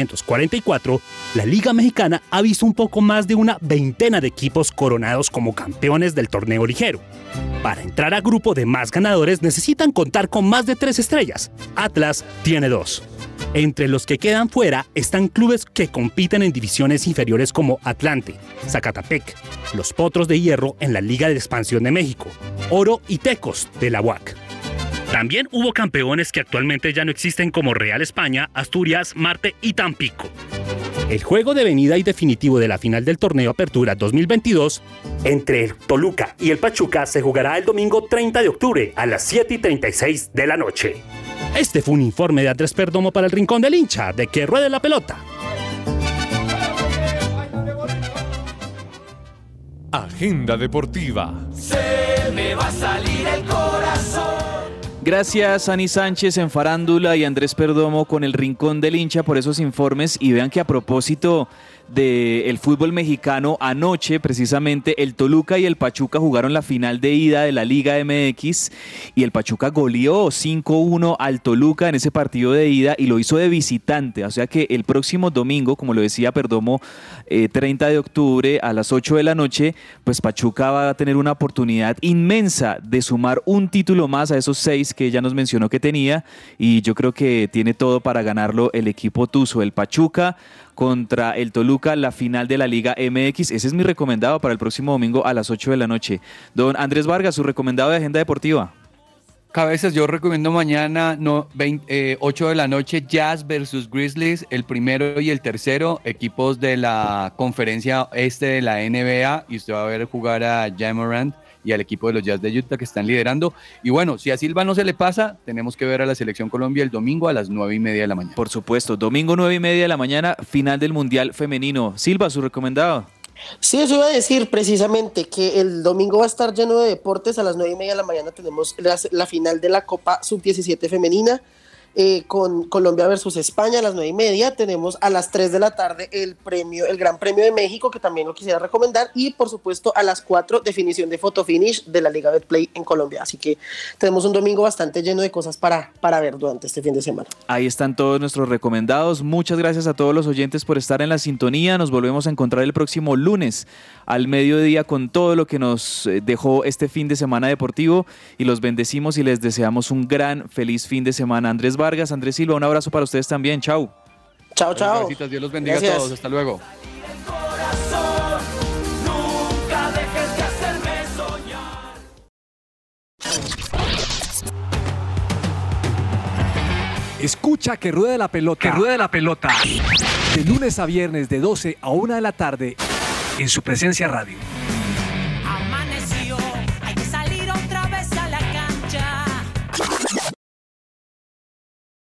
1944, la Liga Mexicana ha visto un poco más de una veintena de equipos coronados como campeones del torneo ligero. Para entrar a grupo de más ganadores necesitan contar con más de 3 estrellas. Atlas tiene 2. Entre los que quedan fuera están clubes que compiten en divisiones inferiores como Atlante, Zacatepec, los Potros de Hierro en la Liga de Expansión de México, Oro y Tecos de la UAC. También hubo campeones que actualmente ya no existen como Real España, Asturias, Marte y Tampico. El juego de venida y definitivo de la final del torneo Apertura 2022 entre el Toluca y el Pachuca se jugará el domingo 30 de octubre a las 7:36 de la noche. Este fue un informe de Andrés Perdomo para el Rincón del Hincha, de Que Ruede la Pelota. Agenda deportiva. Se me va a salir el corazón. Gracias Ani Sánchez en Farándula y Andrés Perdomo con el Rincón del Hincha por esos informes. Y vean que a propósito del fútbol mexicano, anoche precisamente el Toluca y el Pachuca jugaron la final de ida de la Liga MX y el Pachuca goleó 5-1 al Toluca en ese partido de ida y lo hizo de visitante. O sea que el próximo domingo, como lo decía Perdomo, 30 de octubre a las 8 de la noche, pues Pachuca va a tener una oportunidad inmensa de sumar un título más a esos 6 que ya nos mencionó que tenía, y yo creo que tiene todo para ganarlo el equipo tuzo, el Pachuca contra el Toluca, la final de la Liga MX. Ese es mi recomendado para el próximo domingo a las 8 de la noche. Don Andrés Vargas, su recomendado de agenda deportiva. Cabezas, yo recomiendo mañana 8 de la noche, Jazz versus Grizzlies, el primero y el tercero, equipos de la conferencia este de la NBA, y usted va a ver jugar a Ja Morant y al equipo de los Jazz de Utah que están liderando. Y bueno, si a Silva no se le pasa, tenemos que ver a la Selección Colombia el domingo a las 9:30 de la mañana. Por supuesto, domingo 9:30 de la mañana, final del Mundial Femenino. Silva, su recomendado. Sí, eso iba a decir precisamente, que el domingo va a estar lleno de deportes. A las 9:30 de la mañana tenemos la final de la Copa Sub-17 femenina, con Colombia versus España. A las 9:30 tenemos a las 3 de la tarde el Gran Premio de México, que también lo quisiera recomendar, y por supuesto a las 4 definición de Fotofinish de la Liga Betplay en Colombia. Así que tenemos un domingo bastante lleno de cosas para ver durante este fin de semana. Ahí están todos nuestros recomendados. Muchas gracias a todos los oyentes por estar en la sintonía. Nos volvemos a encontrar el próximo lunes al mediodía con todo lo que nos dejó este fin de semana deportivo, y los bendecimos y les deseamos un gran feliz fin de semana. Andrés Vargas, Andrés Silva, un abrazo para ustedes también. Chao. Chao, chao. Gracias, Dios los bendiga. Gracias A todos. Hasta luego. Nunca dejes de hacerme soñar. Escucha Que Ruede la Pelota. Que Ruede la Pelota. De lunes a viernes de 12 a 1 de la tarde en Su Presencia Radio.